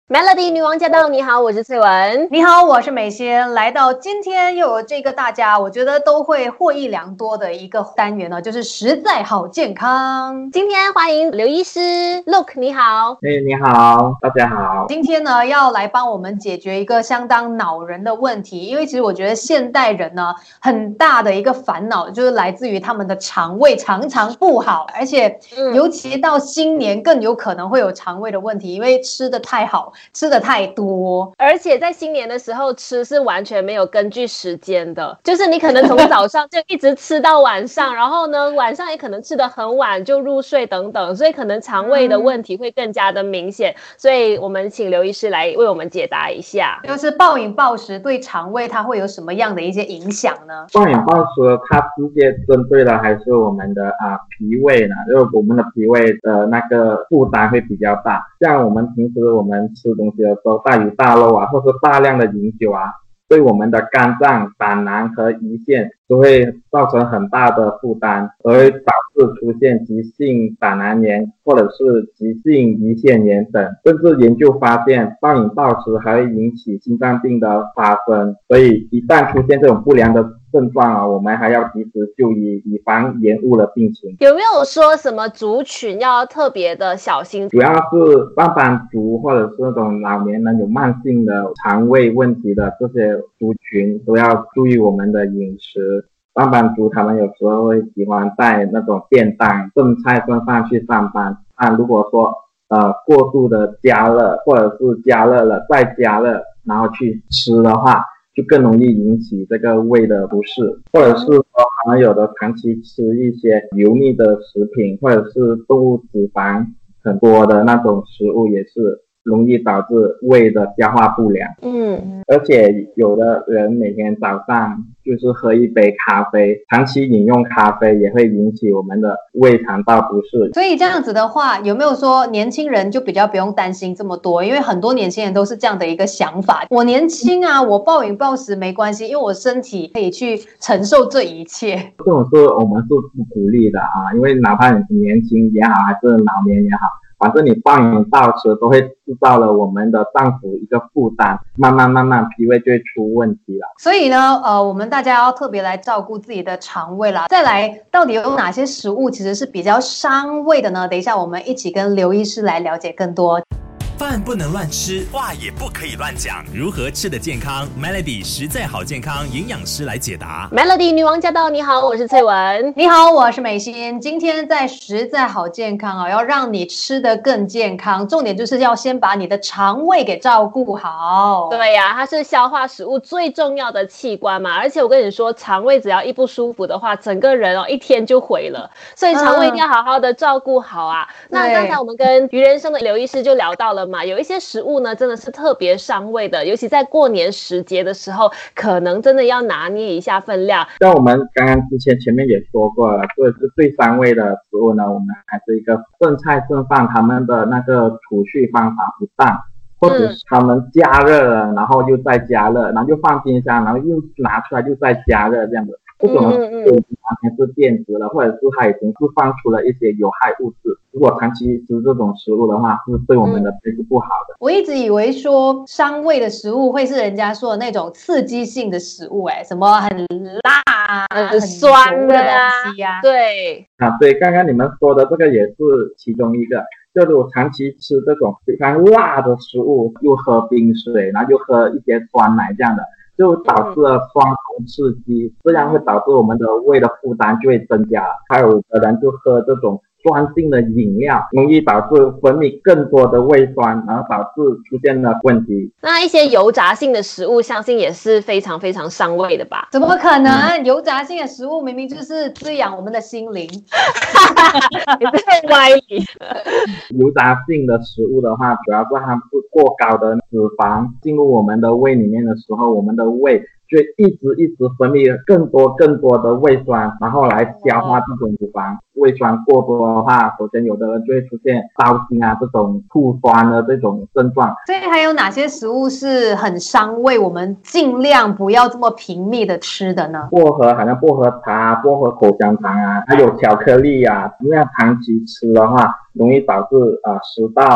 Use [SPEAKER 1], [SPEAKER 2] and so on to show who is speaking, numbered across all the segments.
[SPEAKER 1] Melody 女王驾到！你好，我是翠文。
[SPEAKER 2] 你好，我是美仙。来到今天又有这个大家我觉得都会获益良多的一个单元呢，就是实在好健康。
[SPEAKER 1] 今天欢迎刘医师 Look， 你好。
[SPEAKER 3] 你好，大家好。
[SPEAKER 2] 今天呢要来帮我们解决一个相当恼人的问题，因为其实我觉得现代人呢很大的一个烦恼就是来自于他们的肠胃常常不好，而且尤其到新年更有可能会有肠胃的问题，因为吃得太好，吃的太多，
[SPEAKER 1] 而且在新年的时候吃是完全没有根据时间的，就是你可能从早上就一直吃到晚上，然后呢晚上也可能吃得很晚就入睡等等，所以可能肠胃的问题会更加的明显，所以我们请刘医师来为我们解答一下，
[SPEAKER 2] 就是暴饮暴食对肠胃它会有什么样的一些影响呢？
[SPEAKER 3] 暴饮暴食它直接针对的还是我们的脾胃呢，因为我们的脾胃的那个负担会比较大，像我们平时我们吃东西的时候大鱼大肉啊，或是大量的饮酒啊，对我们的肝脏、胆囊和胰腺都会造成很大的负担，而会导致出现急性胆囊炎或者是急性胰腺炎等。甚至研究发现，暴饮暴食还会引起心脏病的发生，所以一旦出现这种不良的症状啊，我们还要及时就医，以防延误了病情。
[SPEAKER 1] 有没有说什么族群要特别的小心？
[SPEAKER 3] 主要是上班族或者是那种老年人有慢性的肠胃问题的这些族群都要注意我们的饮食。上班族他们有时候会喜欢带那种便当剩菜剩饭去上班，如果说过度的加热或者是加热了再加热然后去吃的话，就更容易引起这个胃的不适，或者是说他们有的长期吃一些油腻的食品或者是动物脂肪很多的那种食物，也是容易导致胃的消化不良。而且有的人每天早上就是喝一杯咖啡，长期饮用咖啡也会引起我们的胃肠道不适。
[SPEAKER 2] 所以这样子的话，有没有说年轻人就比较不用担心这么多？因为很多年轻人都是这样的一个想法，我年轻啊，我暴饮暴食没关系，因为我身体可以去承受这一切。
[SPEAKER 3] 这种是我们是不鼓励的因为哪怕你年轻也好还是老年也好，反正你暴饮暴食都会制造了我们的脏腑一个负担，慢慢脾胃就会出问题了。
[SPEAKER 2] 所以呢我们大家要特别来照顾自己的肠胃啦。再来，到底有哪些食物其实是比较伤胃的呢？等一下我们一起跟刘医师来了解更多。
[SPEAKER 4] 饭不能乱吃，话也不可以乱讲。如何吃得健康 ？Melody 实在好健康营养师来解答。
[SPEAKER 1] Melody 女王驾到！你好，我是翠文。
[SPEAKER 2] 你好，我是美心。今天在实在好健康要让你吃得更健康，重点就是要先把你的肠胃给照顾好。
[SPEAKER 1] 对呀，它是消化食物最重要的器官嘛，而且我跟你说，肠胃只要一不舒服的话，整个人一天就毁了，所以肠胃一定要好好的照顾好啊。那刚才我们跟于人生的刘医师就聊到了嘛，有一些食物呢真的是特别伤胃的，尤其在过年时节的时候，可能真的要拿捏一下分量。
[SPEAKER 3] 像我们刚刚前面也说过了，这是最伤胃的食物呢，我们还是一个剩菜剩饭他们的那个储蓄方法不当，或者是他们加热了然后又再加热，然后就放冰箱，然后又拿出来又再加热这样子，这种就已经完全是变质了，或者是它已经释放出了一些有害物质。如果长期吃这种食物的话，是对我们的胃是不好的。
[SPEAKER 2] 我一直以为说伤胃的食物会是人家说的那种刺激性的食物，什么很辣
[SPEAKER 1] 很酸的
[SPEAKER 2] 东西啊。
[SPEAKER 1] 对
[SPEAKER 3] 对，刚刚你们说的这个也是其中一个。就是我长期吃这种非常辣的食物，又喝冰水，然后又喝一些酸奶这样的，就导致了双重刺激，这样会导致我们的胃的负担就会增加。还有的人就喝这种酸性的饮料，容易导致分泌更多的胃酸，然后导致出现了问题。
[SPEAKER 1] 那一些油炸性的食物相信也是非常非常伤胃的吧？
[SPEAKER 2] 怎么可能？油炸性的食物明明就是滋养我们的心灵。
[SPEAKER 1] 你这个歪理。
[SPEAKER 3] 油炸性的食物的话，主要是它是过高的脂肪进入我们的胃里面的时候，我们的胃就一直分泌更多的胃酸，然后来消化这种脂肪。胃酸过多的话，首先有的人就会出现烧心啊这种吐酸的这种症状。
[SPEAKER 2] 所以还有哪些食物是很伤胃，我们尽量不要这么频密的吃的呢？
[SPEAKER 3] 薄荷，好像薄荷茶、薄荷口香糖啊，还有巧克力啊，这样长期吃的话，容易导致食道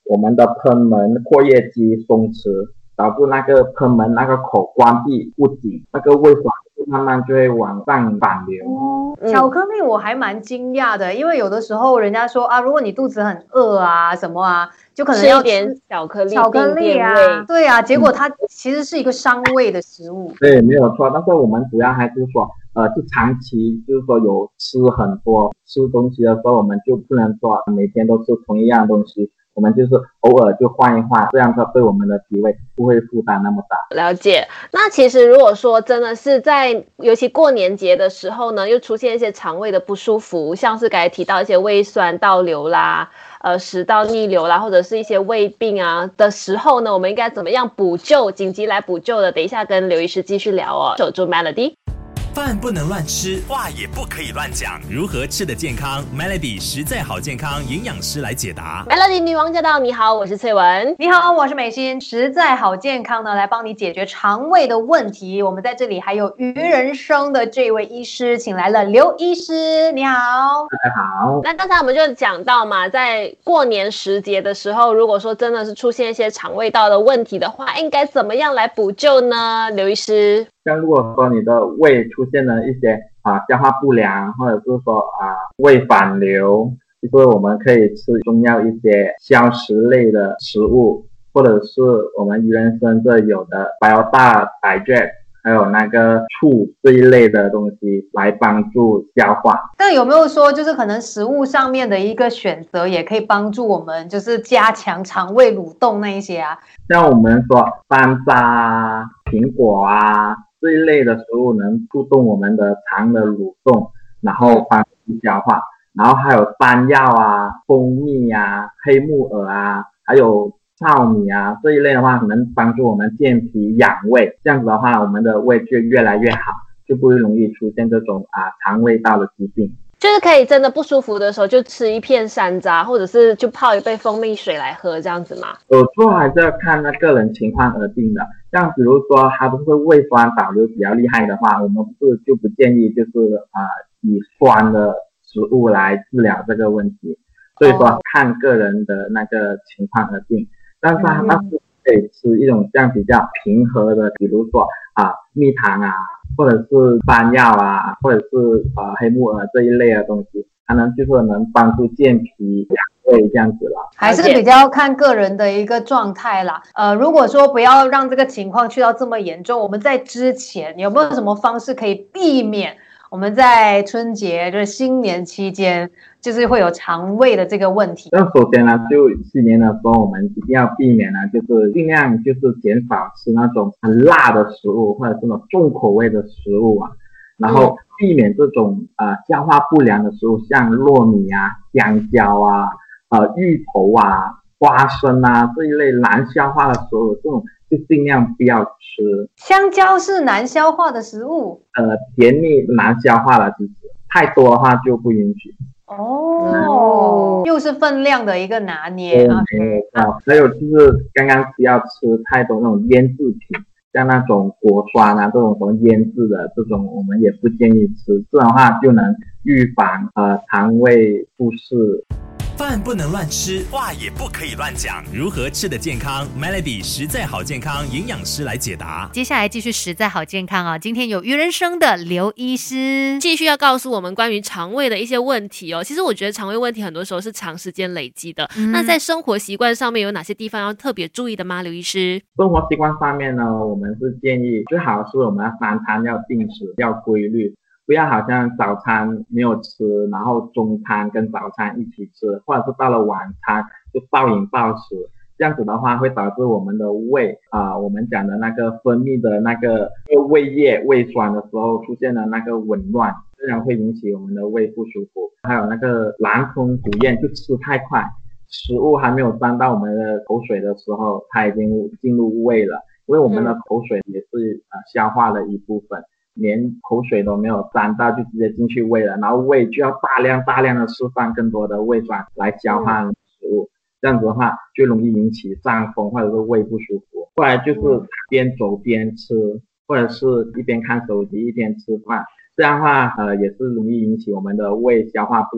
[SPEAKER 3] 我们的喷门括约肌松弛，导致那个喷门那个口关闭不紧，那个胃酸慢慢就会往上反流。
[SPEAKER 2] 巧克力我还蛮惊讶的，因为有的时候人家说啊，如果你肚子很饿啊什么啊，就可能要
[SPEAKER 1] 吃一点巧克力
[SPEAKER 2] 啊，对啊，结果它其实是一个伤胃的食物。
[SPEAKER 3] 对，没有错。但是我们主要还是说，是长期，就是说有吃很多吃东西的时候，我们就不能说每天都吃同一样东西。我们就是偶尔就换一换，这样子对我们的脾胃不会负担那么大。
[SPEAKER 1] 了解。那其实如果说真的是在尤其过年节的时候呢，又出现一些肠胃的不舒服，像是刚才提到一些胃酸倒流啦、食道逆流啦，或者是一些胃病啊的时候呢，我们应该怎么样补救？紧急来补救的，等一下跟刘医师继续聊哦。守住 Melody。
[SPEAKER 4] 饭不能乱吃，话也不可以乱讲。如何吃得健康 ？Melody 实在好健康营养师来解答。
[SPEAKER 1] Melody 女王驾到！你好，我是翠文。
[SPEAKER 2] 你好，我是美心。实在好健康呢，来帮你解决肠胃的问题。我们在这里还有鱼人生的这位医师，请来了刘医师。你好，
[SPEAKER 3] 大家好。
[SPEAKER 1] 那刚才我们就讲到嘛，在过年时节的时候，如果说真的是出现一些肠胃道的问题的话，应该怎么样来补救呢？刘医师。
[SPEAKER 3] 像如果说你的胃出现了一些消化不良，或者是说胃反流，就是我们可以吃中药一些消食类的食物，或者是我们鱼人参这有的Biotin Digest，还有那个醋这一类的东西来帮助消化。
[SPEAKER 2] 但有没有说就是可能食物上面的一个选择也可以帮助我们就是加强肠胃蠕动那一些啊？
[SPEAKER 3] 像我们说山楂啊、苹果啊这一类的食物能触动我们的肠的蠕动，然后帮助消化。然后还有山药啊、蜂蜜啊、黑木耳啊，还有糙米啊这一类的话，能帮助我们健脾养胃。这样子的话，我们的胃就越来越好，就不会容易出现这种肠胃道的疾病。
[SPEAKER 1] 就是可以真的不舒服的时候，就吃一片山楂，或者是就泡一杯蜂蜜水来喝，这样子吗？
[SPEAKER 3] 有时候还是要看那个人情况而定的。像比如说他都是胃酸倒流比较厉害的话，我们就不建议就是以酸的食物来治疗这个问题。所以说看个人的那个情况而定。但是可以吃一种这样比较平和的，比如说蜜糖啊，或者是山药啊，或者是黑木耳这一类的东西，它就是能帮助健脾养胃这样子了。
[SPEAKER 2] 还是比较看个人的一个状态啦。如果说不要让这个情况去到这么严重，我们在之前有没有什么方式可以避免我们在春节就是新年期间就是会有肠胃的这个问题？
[SPEAKER 3] 那首先呢，就新年的时候我们一定要避免呢，就是尽量就是减少吃那种很辣的食物，或者是那种重口味的食物啊，然后避免这种消化不良的食物，像糯米啊、香蕉啊、芋头啊、花生啊这一类难消化的食物，这种就尽量不要吃。
[SPEAKER 2] 香蕉是难消化的食物？
[SPEAKER 3] 甜腻难消化了，其实太多的话就不允许。
[SPEAKER 2] 又是分量的一个拿捏啊。
[SPEAKER 3] 还有就是刚刚不要吃太多那种腌制品，像那种果酸啊这种什么腌制的这种，我们也不建议吃，这样的话就能预防肠胃不适。
[SPEAKER 4] 饭不能乱吃，话也不可以乱讲。如何吃得健康 ？Melody 实在好健康营养师来解答。
[SPEAKER 5] 接下来继续实在好健康啊！今天有鱼人生的刘医师
[SPEAKER 1] 继续要告诉我们关于肠胃的一些问题哦。其实我觉得肠胃问题很多时候是长时间累积的。那在生活习惯上面有哪些地方要特别注意的吗？刘医师？
[SPEAKER 3] 生活习惯上面呢，我们是建议最好是我们3餐要定时，要规律。不要好像早餐没有吃，然后中餐跟早餐一起吃，或者是到了晚餐就暴饮暴食，这样子的话会导致我们的胃我们讲的那个分泌的那个胃液胃酸的时候出现了那个紊乱，这样会引起我们的胃不舒服。还有那个狼吞虎咽，就吃太快，食物还没有沾到我们的口水的时候，它已经进入胃了，因为我们的口水也是消化的一部分。连口水都没有沾到就直接进去胃了，然后胃就要大量的释放更多的胃酸来消化食物，这样子的话就容易引起胀风或者是胃不舒服。后来就是边走边吃，或者是一边看手机一边吃饭，这样的话也是容易引起我们的胃消化不良。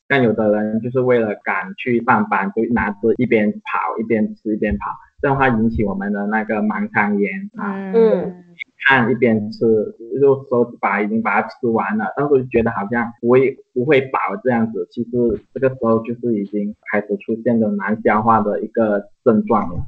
[SPEAKER 3] 像有的人就是为了赶去上班，就拿着一边跑一边吃一边跑，这样的话引起我们的那个盲肠炎啊。看一边吃，有时候已经把它吃完了，但是就觉得好像不会饱这样子，其实这个时候就是已经开始出现了难消化的一个症状了。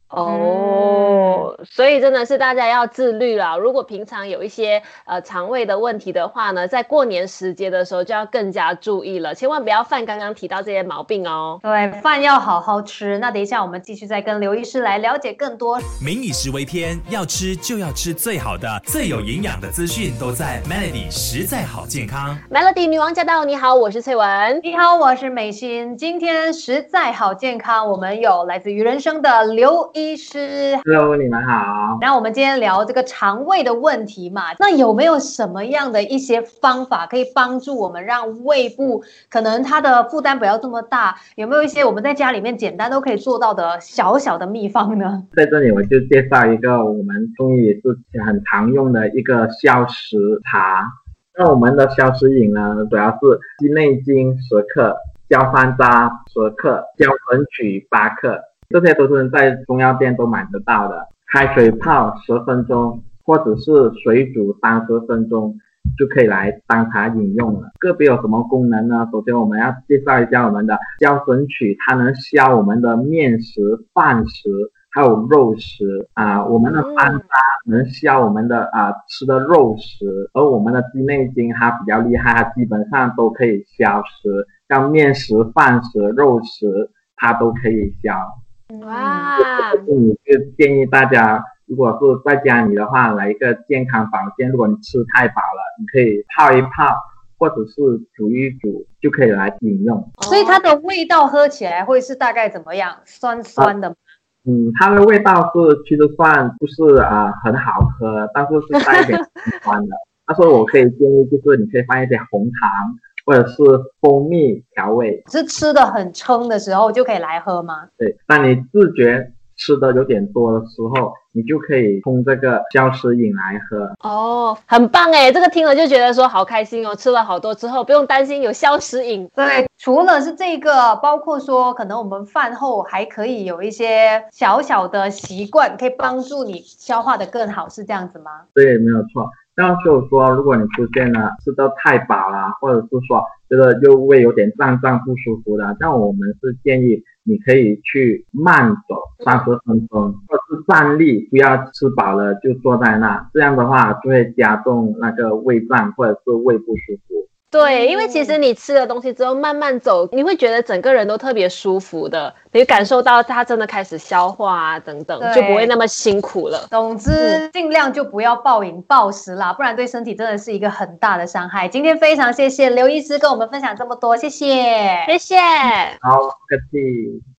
[SPEAKER 1] 所以真的是大家要自律啦。如果平常有一些肠胃的问题的话呢，在过年时节的时候就要更加注意了，千万不要犯刚刚提到这些毛病哦。
[SPEAKER 2] 对，饭要好好吃。那等一下我们继续再跟刘医师来了解更多。
[SPEAKER 4] 民以食为天，要吃就要吃最好的、最有营养的资讯，都在 Melody 实在好健康。
[SPEAKER 1] Melody 女王驾到！你好，我是翠文。
[SPEAKER 2] 你好，我是美心。今天实在好健康，我们有来自于人生的刘医师。
[SPEAKER 3] Hello， 你们好。
[SPEAKER 2] 那我们今天聊这个肠胃的问题嘛，那有没有什么样的一些方法可以帮助我们让胃部可能它的负担不要这么大？有没有一些我们在家里面简单都可以做到的小小的秘方呢？
[SPEAKER 3] 在这里我就介绍一个我们中医也是很常用的一个消食茶。那我们的消食饮呢，主要是鸡内金10克、焦山楂10克、焦粉曲8克，这些都是在中药店都买得到的。开水泡10分钟，或者是水煮30分钟，就可以来当茶饮用了。个别有什么功能呢？首先我们要介绍一下我们的焦粉曲，它能消我们的面食、饭食还有肉食啊。我们的山楂能消我们的吃的肉食，而我们的鸡内金它比较厉害，它基本上都可以消食，像面食、饭食、肉食它都可以消。
[SPEAKER 1] 哇！
[SPEAKER 3] 你就建议大家，如果是在家里的话，来一个健康保健。如果你吃太饱了，你可以泡一泡，或者是煮一煮，就可以来饮用。
[SPEAKER 2] 所以它的味道喝起来会是大概怎么样？酸酸的吗？
[SPEAKER 3] 它的味道其实算不是很好喝，但是是带一点酸的。但是我可以建议，就是你可以放一些红糖或者是蜂蜜调味。
[SPEAKER 2] 是吃的很撑的时候就可以来喝吗？
[SPEAKER 3] 对，当你自觉吃的有点多的时候，你就可以冲这个消食饮来喝。
[SPEAKER 1] 很棒耶，这个听了就觉得说好开心哦，吃了好多之后不用担心有消食饮。
[SPEAKER 2] 对，除了是这个，包括说可能我们饭后还可以有一些小小的习惯可以帮助你消化的更好，是这样子吗？
[SPEAKER 3] 对，没有错。那就是说，如果你出现了吃得太饱啦，或者是说觉得又胃有点胀不舒服的，那我们是建议你可以去慢走30分钟，或者是站立，不要吃饱了就坐在那，这样的话就会加重那个胃胀或者是胃不舒服。
[SPEAKER 1] 对，因为其实你吃了东西之后慢慢走，你会觉得整个人都特别舒服的，你感受到它真的开始消化啊等等，就不会那么辛苦了。
[SPEAKER 2] 总之尽量就不要暴饮暴食啦，不然对身体真的是一个很大的伤害。今天非常谢谢刘医师跟我们分享这么多，谢谢。
[SPEAKER 1] 谢谢。
[SPEAKER 3] 好，不客气。